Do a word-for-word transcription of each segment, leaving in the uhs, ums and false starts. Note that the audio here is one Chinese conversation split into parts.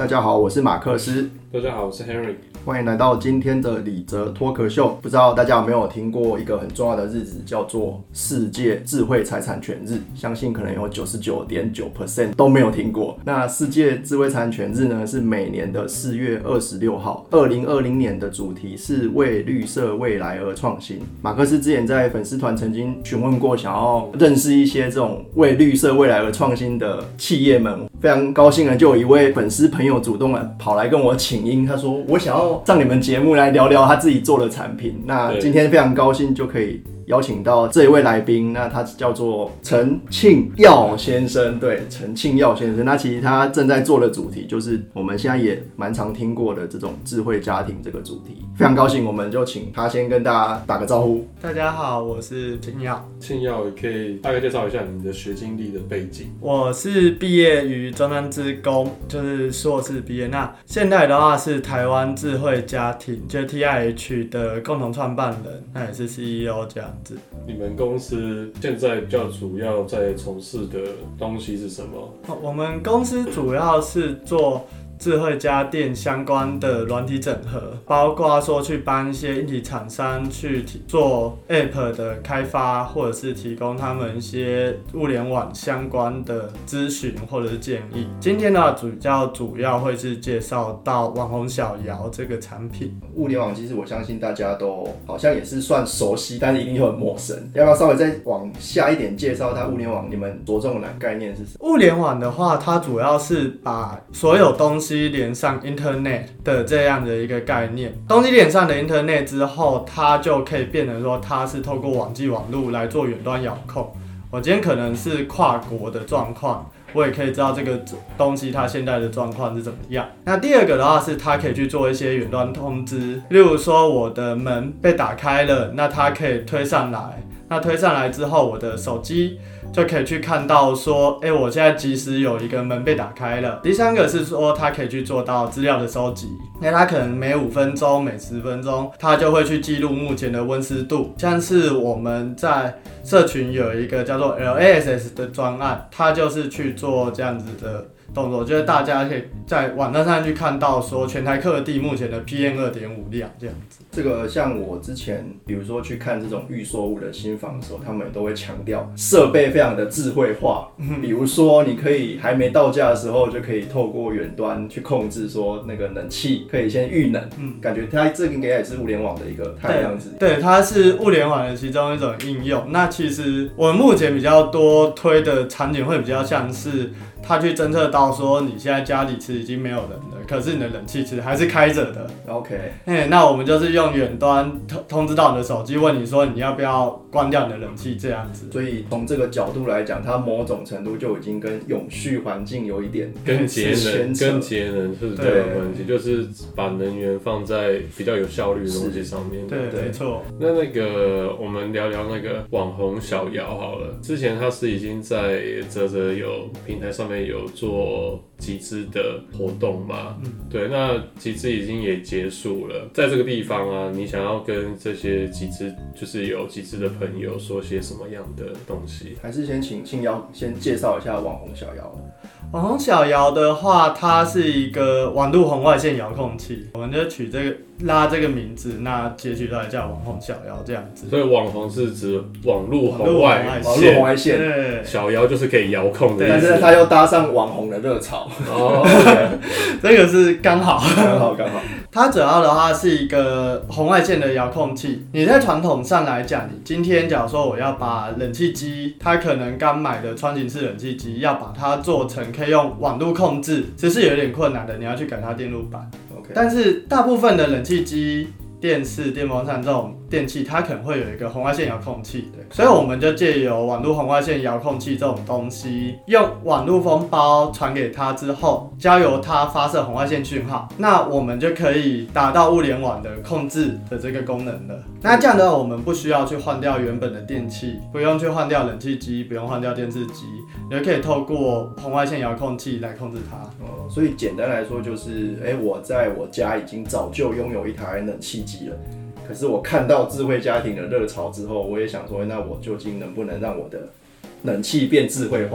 大家好，我是马克思。 大家好，我是 Henry。 欢迎来到今天的李泽脱壳秀。不知道大家有没有听过一个很重要的日子，叫做世界智慧财产权日？相信可能有 百分之九十九点九 都没有听过。那世界智慧财产权日呢，是每年的四月二十六号。二零二零年的主题是为绿色未来而创新。马克思之前在粉丝团曾经询问过，想要认识一些这种为绿色未来而创新的企业们。非常高兴的，就有一位粉丝朋友主动跑来跟我请缨，他说我想要上你们节目来聊聊他自己做的产品。那今天非常高兴就可以邀请到这一位来宾，那他叫做陈庆耀先生。对，陈庆耀先生，那其实他正在做的主题就是我们现在也蛮常听过的这种智慧家庭这个主题。非常高兴，我们就请他先跟大家打个招呼。 大家好，我是庆耀。 庆耀，也可以大概介绍一下你的学经历的背景。 我是毕业于中山资工，就是硕士毕业。那现在的话是台湾智慧家庭，就是 T I H 的共同创办人，那也是 C E O 这样子。 你们公司现在比较主要在从事的东西是什么？ 我们公司主要是做智慧家电相关的软体整合，包括说去帮一些硬体厂商去做 App 的开发，或者是提供他们一些物联网相关的咨询或者是建议。今天呢，主要主要会是介绍到网红小摇这个产品。 物联网其实我相信大家都好像也是算熟悉，但是一定又很陌生。要不要稍微再往下一点介绍它物联网？你们着重的概念是什么？ 物联网的话，它主要是把所有东西连上 Internet 的这样的一个概念。东西连上的 Internet 之后，它就可以变成说它是透过网际网路来做远端遥控。我今天可能是跨国的状况，我也可以知道这个东西它现在的状况是怎么样。那第二个的话是它可以去做一些远端通知，例如说我的门被打开了，那它可以推上来，那推上来之后我的手机就可以去看到说，哎、欸，我现在即时有一个门被打开了。第三个是说，它可以去做到资料的收集，那它可能每五分钟、每十分钟，它就会去记录目前的温湿度。像是我们在社群有一个叫做 L A S S 的专案，它就是去做这样子的动作，就是大家可以在网站上去看到说全台各地目前的 P M 二点五 量这样子。 这个像我之前比如说去看这种预售屋的新房的时候，他们也都会强调设备非常的智慧化，比如说你可以还没到家的时候就可以透过远端去控制说那个冷气可以先预冷，嗯、感觉它这个应该也是物联网的一个太阳子。 对，它是物联网的其中一种应用。那其实我们目前比较多推的场景会比较像是它去侦测到说你现在家里其实已经没有人了，可是你的冷气其实还是开着的。 OK， 欸、那我们就是用远端通知到你的手机，问你说你要不要关掉你的冷气这样子。 所以从这个角度来讲，它某种程度就已经跟永续环境有一点跟节能跟节能是这个关系，就是把能源放在比较有效率的东西上面。 对，没错。 那那个我们聊聊那个网红小摇好了。之前他是已经在嘖嘖有平台上面有做集资的活动嘛？嗯，对，那集资已经也结束了。在这个地方啊，你想要跟这些集资，就是有集资的朋友说些什么样的东西？ 还是先请庆耀先介绍一下网红小摇。 网红小摇的话，它是一个网路红外线遥控器，我们就取这个拉这个名字，那截取出来叫网红小摇这样子。 所以网红是指网路红外线， 网路红外线， 对， 小摇就是可以遥控的意思。 但是它又搭上网红的热潮， 哦， okay 这个是刚好， 刚好刚好。 它主要的话是一个红外线的遥控器。你在传统上来讲，你今天假如说我要把冷气机，它可能刚买的窗型式冷气机，要把它做成可以用网路控制，其实是有点困难的，你要去改它电路板。 Okay. 但是大部分的冷气机、电视、电风扇这种电器，它可能会有一个红外线遥控器，对，所以我们就借由网路红外线遥控器这种东西，用网路封包传给它之后，交由它发射红外线讯号，那我们就可以达到物联网的控制的这个功能了。那这样的话，我们不需要去换掉原本的电器，不用去换掉冷气机，不用换掉电视机，你就可以透过红外线遥控器来控制它。 哦，所以简单来说就是，哎、欸，我在我家已经早就拥有一台冷气机了。可是我看到智慧家庭的热潮之后，我也想说，那我究竟能不能让我的冷气变智慧化？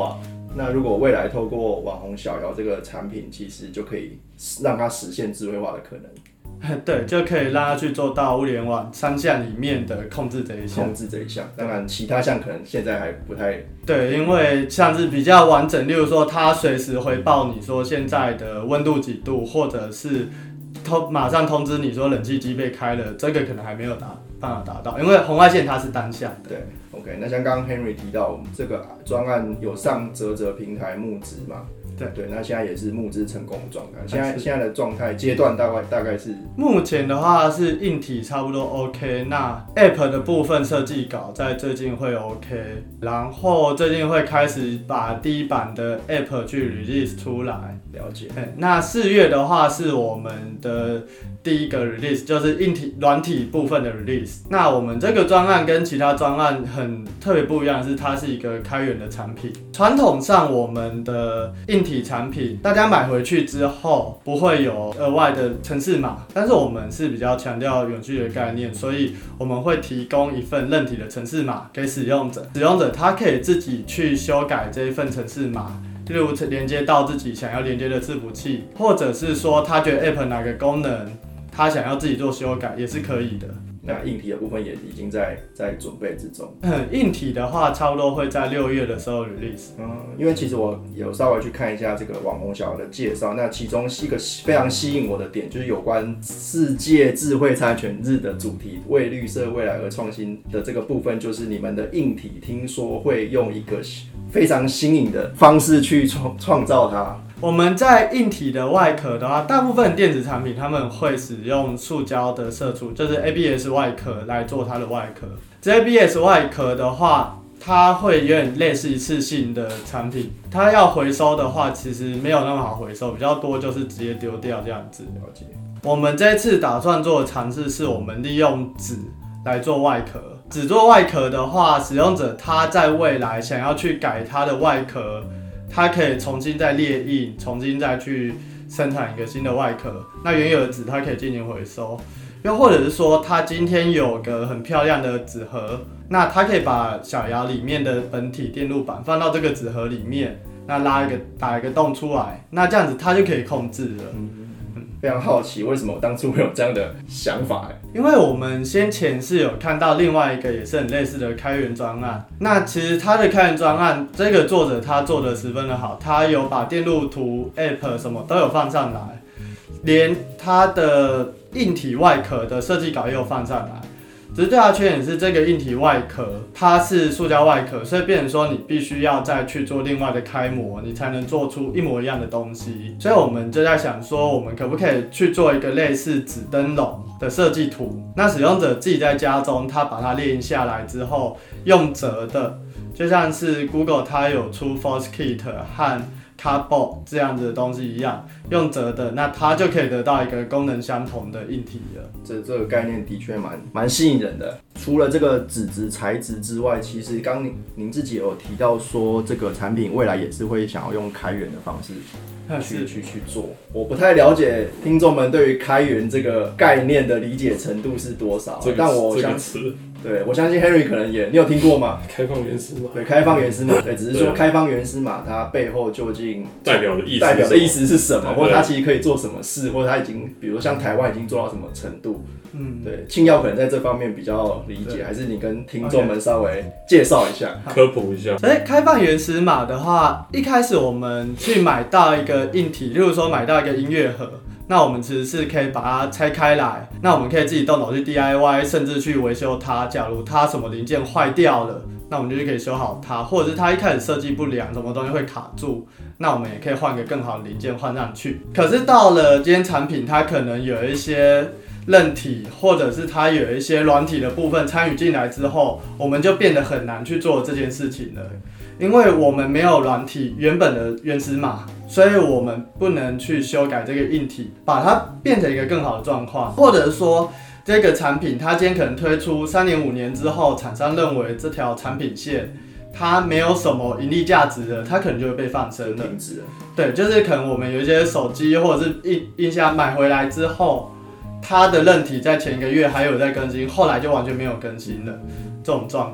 那如果未来透过网红小姚这个产品，其实就可以让它实现智慧化的可能。 对，就可以让它去做到物联网三项里面的控制这一项。 控制这一项，当然其他项可能现在还不太。 对，因为像是比较完整，例如说它随时回报你说现在的温度几度，或者是通马上通知你说冷气机被开了，这个可能还没有达办法达到，因为红外线它是单向的。 对 ，OK， 那像刚刚 Henry 提到，这个专案有上嘖嘖平台募资嘛？对对，那现在也是募资成功的状态。现在现在的状态阶段大概大概是， 目前的话是硬体差不多 OK， 那 App 的部分设计稿在最近会 OK， 然后最近会开始把第一版的 App 去 release 出来。 了解。 那四月的话是我们的第一个 release， 就是硬体软体部分的 release。那我们这个专案跟其他专案很特别不一样的是，它是一个开源的产品。传统上我们的硬体产品，大家买回去之后不会有额外的程式码，但是我们是比较强调永续的概念，所以我们会提供一份韧体的程式码给使用者，使用者他可以自己去修改这一份程式码。例如连接到自己想要连接的伺服器，或者是说他觉得 App 哪个功能他想要自己做修改也是可以的。 那硬体的部分也已经在在准备之中。 嗯，硬体的话差不多会在六月的时候 release。 嗯，因为其实我有稍微去看一下这个网红小姚的介绍，那其中一个非常吸引我的点就是有关世界智慧财产权日的主题，为绿色未来而创新的这个部分，就是你们的硬体听说会用一个非常新颖的方式去创创造它。 我们在硬体的外壳的话，大部分电子产品他们会使用塑胶的射出，就是 A B S 外壳来做它的外壳。这 A B S 外壳的话，它会有点类似一次性的产品，它要回收的话，其实没有那么好回收，比较多就是直接丢掉这样子。 了解。 我们这一次打算做的尝试是我们利用纸来做外壳。纸做外壳的话，使用者他在未来想要去改它的外壳，它可以重新再列印，重新再去生产一个新的外壳。那原有的纸它可以进行回收，又或者是说，它今天有个很漂亮的纸盒，那它可以把小姚里面的本体电路板放到这个纸盒里面，那拉一个打一个洞出来，那这样子它就可以控制了。 嗯非常好奇，为什么我当初会有这样的想法？ 因为我们先前是有看到另外一个也是很类似的开源专案，那其实它的开源专案，这个作者他做的十分的好，他有把电路图、App 什么都有放上来，连他的硬体外壳的设计稿也有放上来。只是最大的缺点是这个硬体外壳它是塑胶外壳，所以变成说你必须要再去做另外的开模，你才能做出一模一样的东西。所以我们就在想说，我们可不可以去做一个类似纸灯笼的设计图？那使用者自己在家中，他把它列印下来之后，用折的，就像是 Google 它有出 ForceKit 和Cardboard 这样子的东西一样，用折的，那它就可以得到一个功能相同的硬体了。 这这个概念的确蛮蛮吸引人的。除了这个纸质材质之外，其实刚您您自己有提到说，这个产品未来也是会想要用开源的方式去去去做。我不太了解听众们对于开源这个概念的理解程度是多少， 这个、 但我相信。这个对，我相信 Henry 可能也，你有听过吗？ 开放原始码。 对，开放原始码，对，只是说开放原始码它背后究竟代表的意思代表的意思是什么，或者它其实可以做什么事，或者它已经，比如像台湾已经做到什么程度。嗯，对，庆耀可能在这方面比较理解，还是你跟听众们稍微介绍一下、 科普一下。 所以开放原始码的话，一开始我们去买到一个硬体，例如说买到一个音乐盒。那我们其实是可以把它拆开来，那我们可以自己动手去 D I Y， 甚至去维修它。假如它什么零件坏掉了，那我们就可以修好它，或者是它一开始设计不良，什么东西会卡住，那我们也可以换个更好的零件换上去。可是到了今天产品，它可能有一些韧体，或者是它有一些软体的部分参与进来之后，我们就变得很难去做这件事情了。因为我们没有软体原本的原始码，所以我们不能去修改这个硬体，把它变成一个更好的状况，或者说这个产品它今天可能推出三年五年之后，厂商认为这条产品线它没有什么盈利价值了，它可能就会被放生了， 停止了。对， 就是可能我们有一些手机或者是印印象买回来之后，它的韧体在前一个月还有在更新，后来就完全没有更新了，这种状况。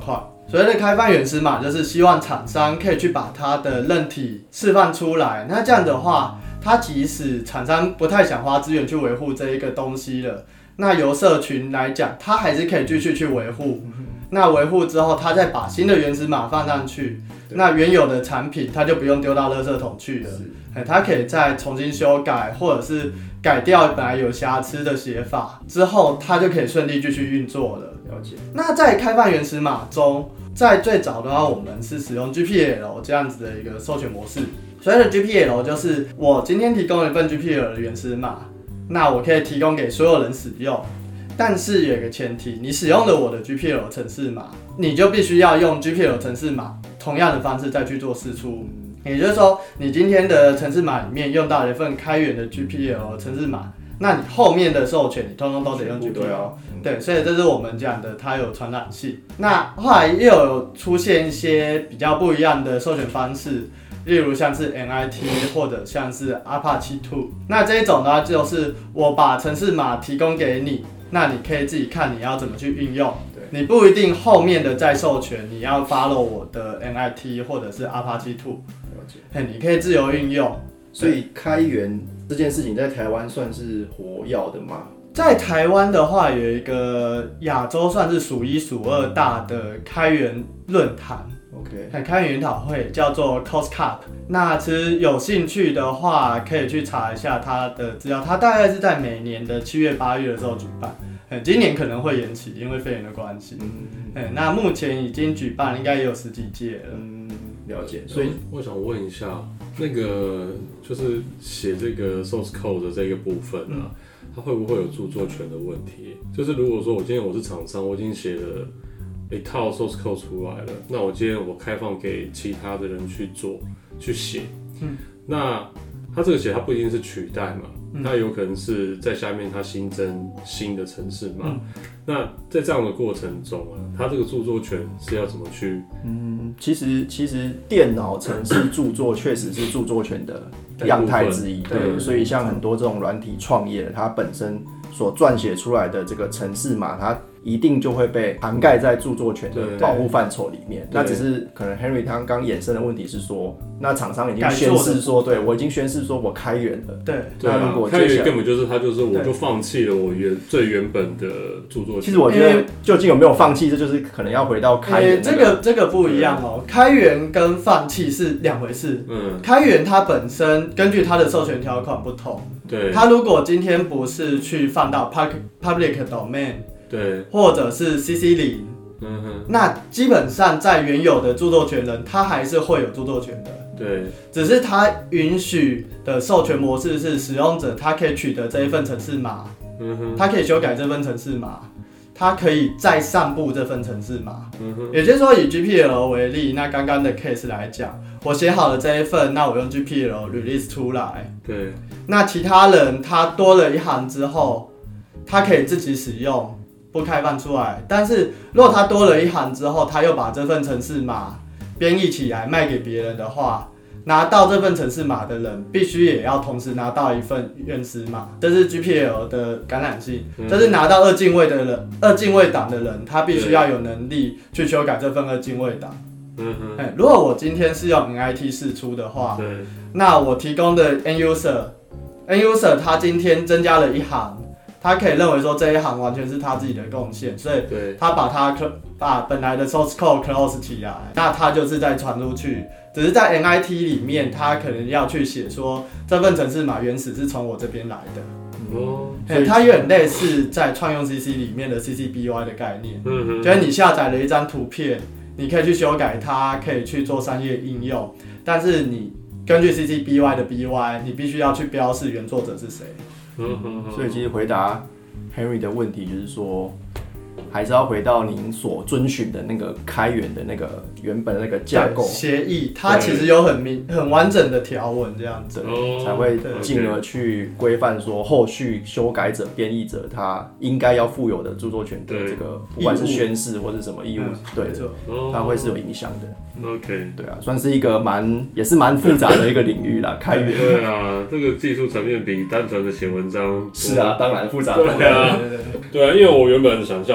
所谓的开放原始码，就是希望厂商可以去把它的韧体释放出来。那这样的话，它即使厂商不太想花资源去维护这一个东西了，那由社群来讲，它还是可以继续去维护。那维护之后，它再把新的原始码放上去，那原有的产品它就不用丢到垃圾桶去了，它可以再重新修改，或者是改掉本来有瑕疵的写法之后，它就可以顺利继续运作了。 了解。 那在开放原始码中，在最早的话，我们是使用 G P L 这样子的一个授权模式。所谓的 G P L 就是我今天提供了一份 G P L 的原始码，那我可以提供给所有人使用。但是有一个前提，你使用了我的 G P L 程式码，你就必须要用 G P L 程式码同样的方式再去做释出。也就是说，你今天的程式码里面用到了一份开源的 G P L 程式码，那你后面的授权你通通都得用 G P L。对啊，对，所以这是我们讲的，它有传染性。那后来又有出现一些比较不一样的授权方式。例如像是 N I T 或者像是 Apache 二， 那这一种的话就是我把程式码提供给你，那你可以自己看你要怎么去运用，你不一定后面的再授权你要 follow 我的 N I T 或者是 Apache 二，你可以自由运用。 所以开源这件事情在台湾算是活跃的吗？ 在台湾的话，有一个亚洲算是数一数二大的开源论坛。 OK， 开源研讨会叫做 COSCUP， 那其实有興趣的话，可以去查一下它的资料。它大概是在每年的七月、八月的时候举办，今年可能会延期，因为肺炎的关系。嗯，那目前已经举办，应该也有十几届了。 嗯，了解。 所以我想问一下，那个就是写这个 source code 的这个部分啊，它会不会有著作权的问题？就是如果说我今天我是厂商，我已经写了一套 source code 出来了，那我今天我开放给其他的人去做、去写，嗯，那他这个写他不一定是取代嘛，嗯、他有可能是在下面他新增新的程式嘛，嗯、那在这样的过程中啊，他这个著作权是要怎么去？ 嗯，其实其实电脑程式著作确实是著作权的样态之一，对，对，所以像很多这种软体创业的，它本身所撰写出来的这个程式码，它一定就会被涵盖在著作权的保护范畴里面。那只是可能 Henry 他刚刚衍生的问题是说，那厂商已经宣示说，对我已经宣示说我开源了。 对， 那如果开源根本就是他就是我就放弃了我原最原本的著作权。 其实我觉得究竟有没有放弃，这就是可能要回到开源、那個欸。这个这个不一样哦，开源跟放弃是两回事。嗯，开源它本身根据它的授权条款不同。 对， 它如果今天不是去放到 public domain。 对， 或者是 C C 零，嗯哼，那基本上在原有的著作权人，他还是会有著作权的。 对， 只是他允许的授权模式是使用者他可以取得这一份程式码，嗯哼，他可以修改这份程式码，他可以再上布这份程式码。嗯哼，也就是说，以 G P L 为例，那刚刚的 case 来讲，我写好了这一份，那我用 G P L release 出来， 对， 那其他人他多了一行之后，他可以自己使用。不开放出来，但是如果他多了一行之后，他又把这份程式码编译起来卖给别人的话，拿到这份程式码的人必须也要同时拿到一份原始码，这是 G P L 的感染性，嗯、就是拿到二进位的人，二进位档的人，他必须要有能力去修改这份二进位档。嗯哼，欸、如果我今天是用 N I T 释出的话，那我提供的 End User，End User 他今天增加了一行。他可以认为说这一行完全是他自己的贡献，所以他把他把本来的 source code close 起来，那他就是再传出去。只是在 N I T 里面，他可能要去写说这份程式码原始是从我这边来的。哦、嗯，它有点类似在创用 C C 里面的 C C B Y 的概念。嗯哼，就是你下载了一张图片，你可以去修改它，可以去做商业应用，但是你根据 C C B Y 的 B Y， 你必须要去标示原作者是谁。 嗯，所以其实回答 Henry 的问题就是说，还是要回到您所遵循的那个开源的那个原本的那个架构协议，它其实有很明很完整的条文这样子， 才会进而去规范说后续修改者、编译者他应该要负有的著作权的这个，不管是宣示或是什么义务，对，它会是有影响的。 OK， 对啊，算是一个蛮也是蛮复杂的一个领域啦，开源。 对啊，这个技术层面比单纯的写文章是啊，当然复杂。 对啊，对啊，因为我原本想象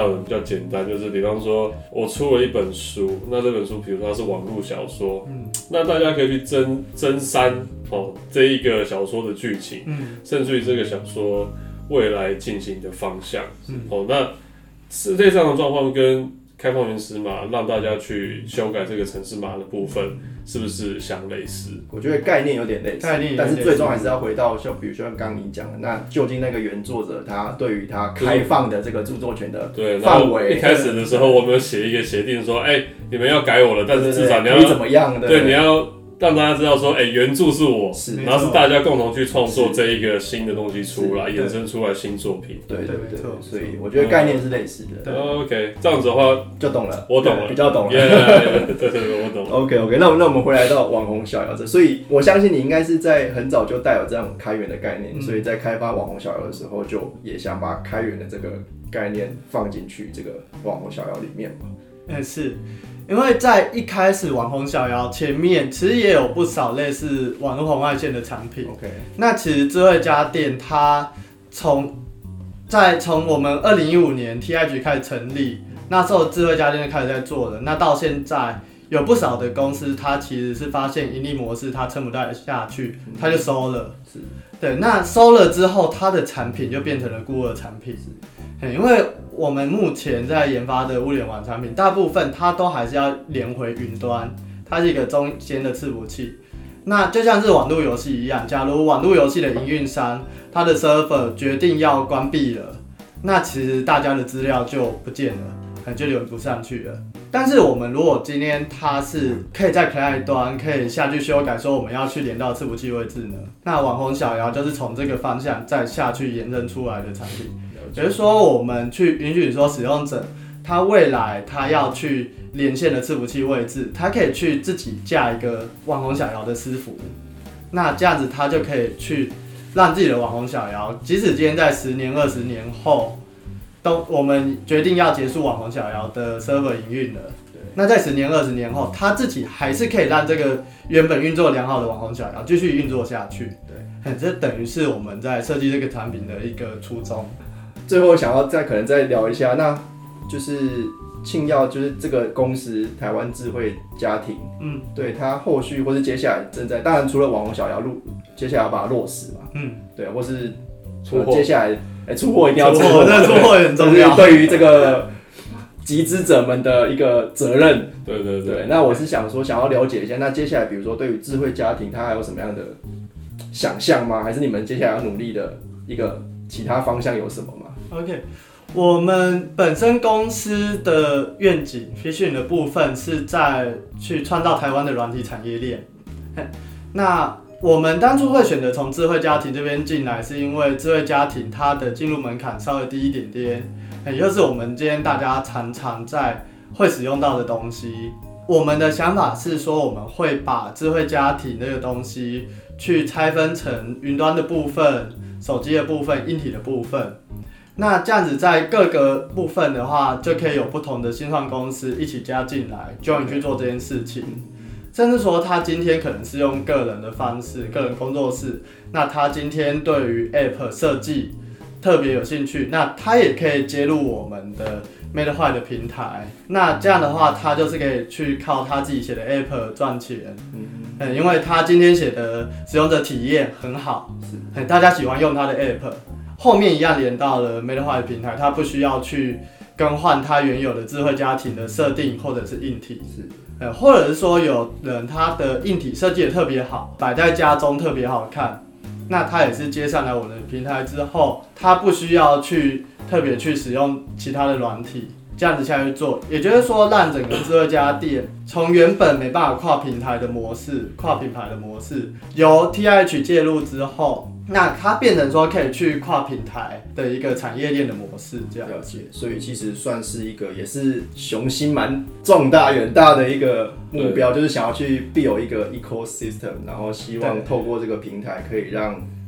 的比较简单，就是比方说我出了一本书，那这本书比如说它是网络小说，嗯，那大家可以去增增删哦这一个小说的剧情，嗯，甚至于这个小说未来进行的方向，嗯，哦，那世界上的状况跟开放原始码让大家去修改这个程式码的部分，是不是相类似？ 我觉得概念有点类似，概念但是最终还是要回到像比如说像刚刚你讲的，那究竟那个原作者他对于他开放的这个著作权的范围， 一开始的时候我们有写一个协定说，哎、欸，你们要改我了，但是至少你要可以怎么样的？ 对，你要让大家知道说，哎、欸，原著是我，是然后是大家共同去创作这一个新的东西出来，衍生出来新作品。 对对对，所以我觉得概念是类似的。 嗯、OK， 这样子的话就懂了， 我懂了， 比较懂了。 Yeah, yeah, 对对对，我懂了。 OK OK， 那我那我们回来到网红小谣这，所以我相信你应该是在很早就带有这样开源的概念，嗯、所以在开发网红小谣的时候，就也想把开源的这个概念放进去这个网红小谣里面嘛。 嗯，是。因为在一开始网红小谣前面，其实也有不少类似网络红外线的产品。 OK， 那其实智慧家电它从在从我们二零一五年 T I G 开始成立，那时候智慧家电就开始在做了。那到现在有不少的公司，它其实是发现盈利模式它撑不太下去，它就收了。是，对，那收了之后，它的产品就变成了孤儿产品。因为我们目前在研发的物联网产品，大部分它都还是要连回云端，它是一个中间的伺服器。那就像是网络游戏一样，假如网络游戏的营运商它的 server 决定要关闭了，那其实大家的资料就不见了，可能就连不上去了。但是我们如果今天它是可以在 client 端可以下去修改，说我们要去连到伺服器位置呢，那网红小谣就是从这个方向再下去延伸出来的产品。也就是说，我们去允许说使用者，他未来他要去连线的伺服器位置，他可以去自己架一个网红小谣的私服，那这样子他就可以去让自己的网红小谣，即使今天在十年、二十年后，都我们决定要结束网红小谣的 server 营运了，那在十年、二十年后，他自己还是可以让这个原本运作良好的网红小谣继续运作下去。对，这等于是我们在设计这个产品的一个初衷。 最后想要再可能再聊一下，那就是庆耀，就是这个公司台湾智慧家庭，嗯，对它后续或是接下来正在，当然除了网红小谣录，接下来要把它落实嘛，嗯，对，或是出货， 接下来哎、欸、出货一定要出货，这出货很重要， 对于这个集资者们的一个责任。 对对 对, 对，那我是想说，想要了解一下，那接下来比如说对于智慧家庭，它还有什么样的想象吗？还是你们接下来要努力的一个其他方向有什么吗？ OK， 我们本身公司的愿景 vision 的部分是在去创造台湾的软体产业链。那我们当初会选择从智慧家庭这边进来，是因为智慧家庭它的进入门槛稍微低一点点，也就是我们今天大家常常在会使用到的东西。我们的想法是说，我们会把智慧家庭这个东西去拆分成云端的部分、手机的部分、硬体的部分。那这样子在各个部分的话，就可以有不同的新创公司一起加进来 ，join 去做这件事情。甚至说他今天可能是用个人的方式，个人工作室，那他今天对于 App 设计特別有興趣，那他也可以接入我們的 MadeWhite 的平台。那這樣的話，他就是可以去靠他自己寫的 App 賺錢。嗯，因為他今天寫的使用者體驗很好，大家喜歡用他的 App。後面一樣連到了 MadeWhite 平台，他不需要去更換他原有的智慧家庭的設定或者是硬體。是，或者是說有人他的硬體設計得特別好，擺在家中特別好看。那他也是接上來我們的平台之後，他不需要去特別去使用其他的軟體，這樣子下去做，也就是說讓整個智慧家電從原本沒辦法跨平台的模式、跨品牌的模式，由 T I H 介入之後，那它變成說可以去跨平台的一個產業鏈的模式，這樣了解。所以其實算是一個也是雄心蠻壯大遠大的一個目標，就是想要去 build 一個 ecosystem， 然後希望透過這個平台可以讓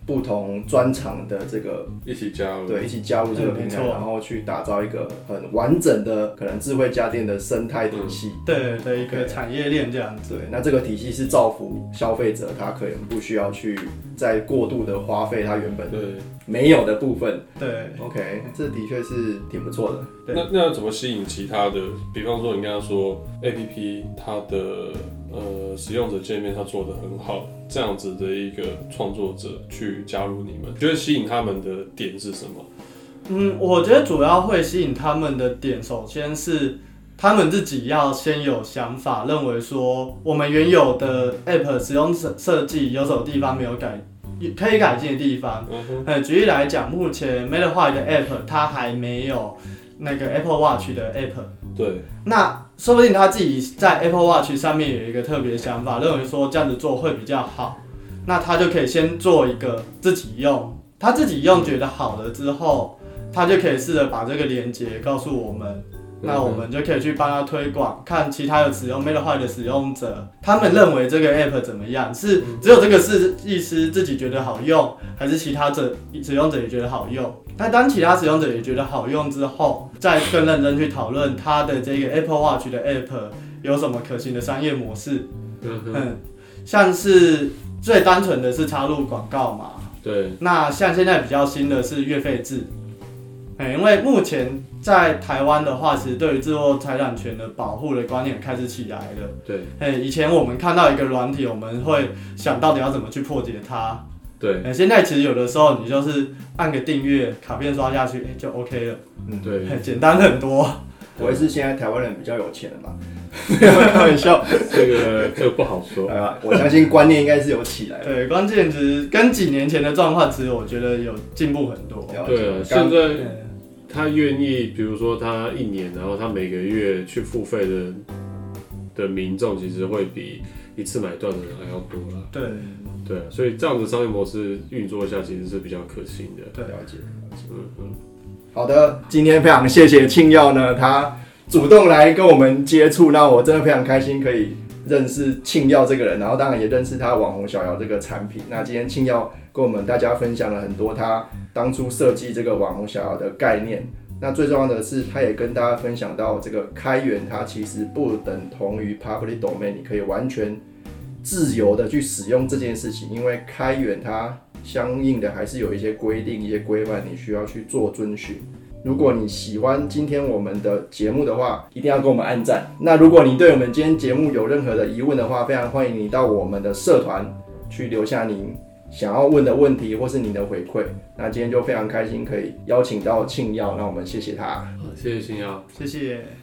不同专长的这个一起加入， 对，一起加入这个平台， 嗯、 然后去打造一个很完整的可能智慧家电的生态体系， 嗯、对的一个产业链这样子。 对，那这个体系是造福消费者，他可能不需要去再过度的花费他原本没有的部分。 对 ，OK， 这的确是挺不错的。 那那要怎么吸引其他的？比方说你刚刚说 A P P 它的呃使用者界面它做得很好，这样子的一个创作者去加入你们，觉得吸引他们的点是什么？ 嗯，我觉得主要会吸引他们的点，首先是他们自己要先有想法，认为说我们原有的 App 使用设计有什么地方没有改，可以改进的地方。嗯哼，举例来讲，目前 Meta 的 App 它还没有那个 Apple Watch 的 App。 对， 那说不定他自己在 Apple Watch 上面有一个特别想法，认为说这样子做会比较好，那他就可以先做一个自己用，他自己用觉得好了之后，他就可以试着把这个连结告诉我们，那我们就可以去帮他推广，看其他的使用 Meta 的使用者，他们认为这个 App 怎么样，是只有这个设计师自己觉得好用，还是其他者使用者也觉得好用？那当其他使用者也觉得好用之后，再更认真去讨论它的这个 Apple Watch 的 App 有什么可行的商业模式。嗯, 嗯，像是最单纯的是插入广告嘛。 对。 那像现在比较新的是月费制，嗯，因为目前在台湾的话，其实对于智慧财产权的保护的观念开始起来了。 对。 嗯，以前我们看到一个软体，我们会想到底要怎么去破解它。 对， 欸，现在其实有的时候你就是按个订阅，卡片刷下去，欸，就 OK 了。 嗯，对， 欸，简单很多。 不会是现在台湾人比较有钱了吧？开玩笑， 这个这个不好说。 啊，我相信观念应该是有起来的。 对，关键值跟几年前的状况，其实我觉得有进步很多。 对啊，现在他愿意，比如说他一年，然后他每个月去付费的的民众，其实会比一次买断的人还要多啦。 对。 对，所以这样的商业模式运作下，其实是比较可行的。 对， 了解。 嗯嗯。 好的，今天非常谢谢庆耀呢，他主动来跟我们接触，那我真的非常开心可以认识庆耀这个人，然后当然也认识他网红小姚这个产品。那今天庆耀跟我们大家分享了很多他当初设计这个网红小姚的概念。那最重要的是，他也跟大家分享到这个开源，它其实不等同于 public domain， 你可以完全自由的去使用这件事情，因为开源它相应的还是有一些规定、一些规范，你需要去做遵循。如果你喜欢今天我们的节目的话，一定要给我们按赞。那如果你对我们今天节目有任何的疑问的话，非常欢迎你到我们的社团去留下您想要问的问题或是您的回馈。那今天就非常开心可以邀请到庆耀，那我们谢谢他。 好，谢谢庆耀， 谢谢。